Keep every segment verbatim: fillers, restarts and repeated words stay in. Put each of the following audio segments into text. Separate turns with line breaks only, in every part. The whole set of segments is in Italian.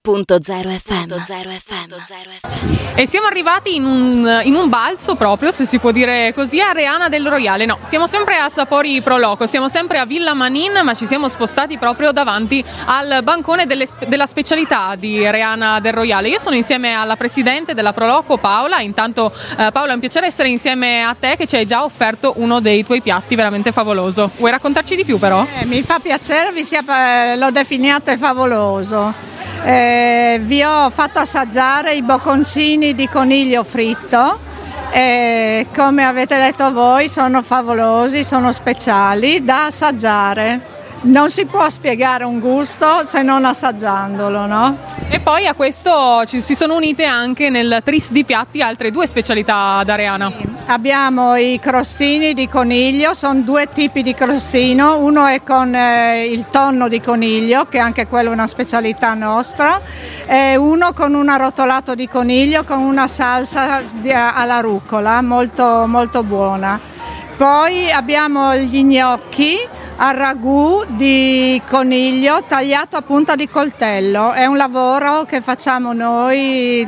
Punto zero F M. Zero F M.
E siamo arrivati in un, in un balzo proprio, se si può dire così, a Reana del Royale. No, siamo sempre a Sapori Pro Loco, siamo sempre a Villa Manin, ma ci siamo spostati proprio davanti al bancone delle, della specialità di Reana del Royale. Io sono insieme alla presidente della Pro Loco, Paola. Intanto eh, Paola, è un piacere essere insieme a te che ci hai già offerto uno dei tuoi piatti veramente favoloso. Vuoi raccontarci di più però?
Eh, mi fa piacere, vi sia, lo definiate favoloso. Eh, vi ho fatto assaggiare i bocconcini di coniglio fritto e come avete detto voi sono favolosi, sono speciali da assaggiare. Non si può spiegare un gusto se non assaggiandolo, no?
E poi a questo ci si sono unite anche nel tris di piatti altre due specialità da Reana.
Sì. Abbiamo i crostini di coniglio, sono due tipi di crostino, uno è con eh, il tonno di coniglio, che anche quello è una specialità nostra, e uno con un arrotolato di coniglio con una salsa di, alla rucola, molto, molto buona. Poi abbiamo gli gnocchi al ragù di coniglio tagliato a punta di coltello. È un lavoro che facciamo noi,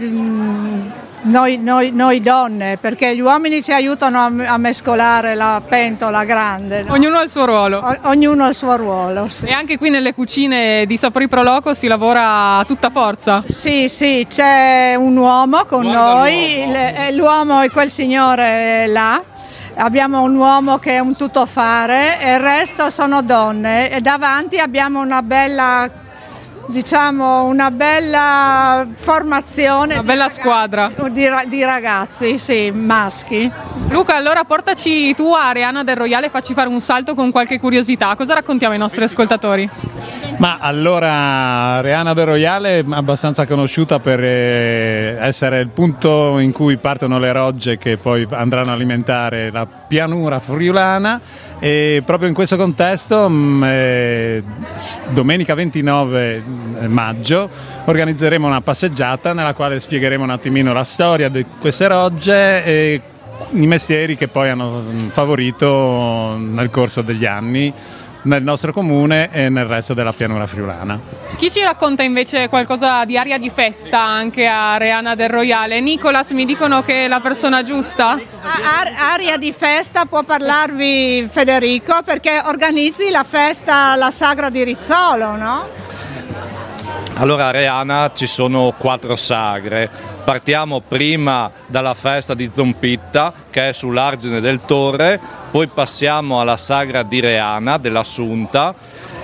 noi, noi, noi donne, perché gli uomini ci aiutano a, a mescolare la pentola grande, no?
Ognuno ha il suo ruolo.
O, ognuno ha il suo ruolo, sì.
E anche qui nelle cucine di Sapori Pro Loco si lavora a tutta forza.
Sì, sì, c'è un uomo con
Guarda
noi,
l'uomo.
l'uomo è quel signore là. Abbiamo un uomo che è un tuttofare e il resto sono donne e davanti abbiamo una bella, diciamo, una bella formazione.
Una bella
ragazzi,
squadra.
Di, di ragazzi, sì, maschi.
Luca, allora portaci tu a Reana del Royale e facci fare un salto con qualche curiosità. Cosa raccontiamo ai nostri ascoltatori?
Ma allora Reana del Royale è abbastanza conosciuta per eh, essere il punto in cui partono le rogge che poi andranno a alimentare la pianura friulana, e proprio in questo contesto mh, eh, domenica ventinove maggio organizzeremo una passeggiata nella quale spiegheremo un attimino la storia di queste rogge e i mestieri che poi hanno favorito nel corso degli anni nel nostro comune e nel resto della pianura friulana.
Chi ci racconta invece qualcosa di aria di festa anche a Reana del Royale? Nicolas, mi dicono che è la persona giusta?
Ar- aria di festa può parlarvi Federico, perché organizzi la festa, la sagra di Rizzolo, no?
Allora a Reana ci sono quattro sagre. Partiamo prima dalla festa di Zompitta, che è sull'argine del Torre, poi passiamo alla sagra di Reana dell'Assunta,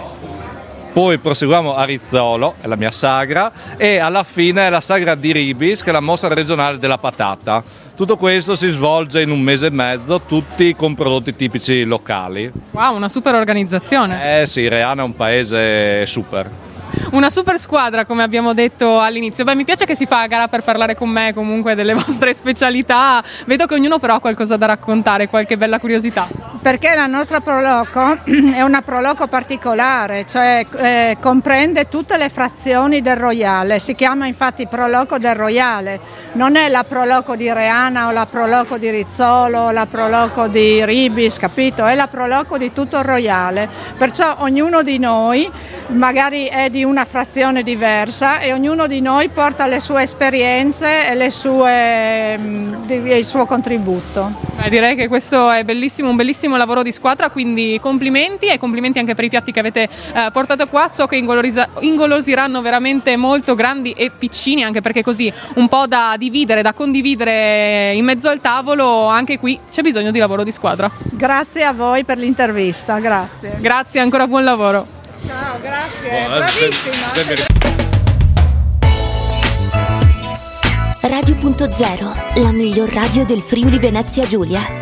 poi proseguiamo a Rizzolo, è la mia sagra, e alla fine è la sagra di Ribis, che è la mostra regionale della patata. Tutto questo si svolge in un mese e mezzo, tutti con prodotti tipici locali.
Wow, una super organizzazione.
Eh sì, Reana è un paese super.
Una super squadra, come abbiamo detto all'inizio. Beh, mi piace che si fa a gara per parlare con me comunque delle vostre specialità. Vedo che ognuno però ha qualcosa da raccontare, qualche bella curiosità.
Perché la nostra Pro Loco è una Pro Loco particolare, cioè eh, comprende tutte le frazioni del Royale, si chiama infatti Pro Loco del Royale, non è la Pro Loco di Reana o la Pro Loco di Rizzolo o la Pro Loco di Ribis, capito? È la Pro Loco di tutto il Royale, perciò ognuno di noi magari è di una frazione diversa e ognuno di noi porta le sue esperienze e le sue, il suo contributo.
Beh, direi che questo è bellissimo, un bellissimo lavoro di squadra, quindi complimenti e complimenti anche per i piatti che avete eh, portato qua. So che ingolorisa- ingolosiranno veramente molto, grandi e piccini, anche perché così un po' da dividere, da condividere in mezzo al tavolo, anche qui c'è bisogno di lavoro di squadra.
Grazie a voi per l'intervista, grazie.
Grazie, ancora buon lavoro.
Ciao, grazie, bravissima.
Radio Punto Zero, la miglior radio del Friuli Venezia Giulia.